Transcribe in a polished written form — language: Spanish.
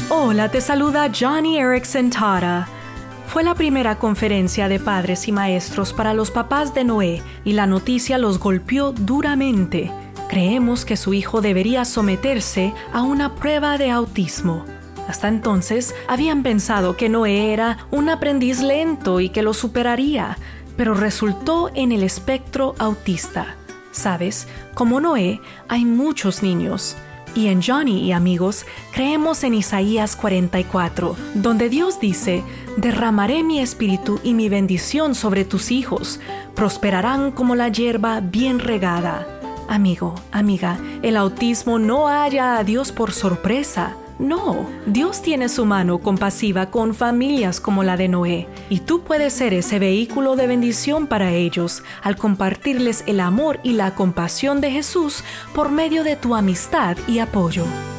Hola, te saluda Johnny Erickson Tara. Fue la primera conferencia de padres y maestros para los papás de Noé y la noticia los golpeó duramente. Creemos que su hijo debería someterse a una prueba de autismo. Hasta entonces habían pensado que Noé era un aprendiz lento y que lo superaría, pero resultó en el espectro autista. ¿Sabes? Como Noé, hay muchos niños. Y en Johnny y amigos, creemos en Isaías 44, donde Dios dice: derramaré mi espíritu y mi bendición sobre tus hijos, prosperarán como la hierba bien regada. Amigo, amiga, el autismo no halla a Dios por sorpresa. No, Dios tiene su mano compasiva con familias como la de Noé, y tú puedes ser ese vehículo de bendición para ellos al compartirles el amor y la compasión de Jesús por medio de tu amistad y apoyo.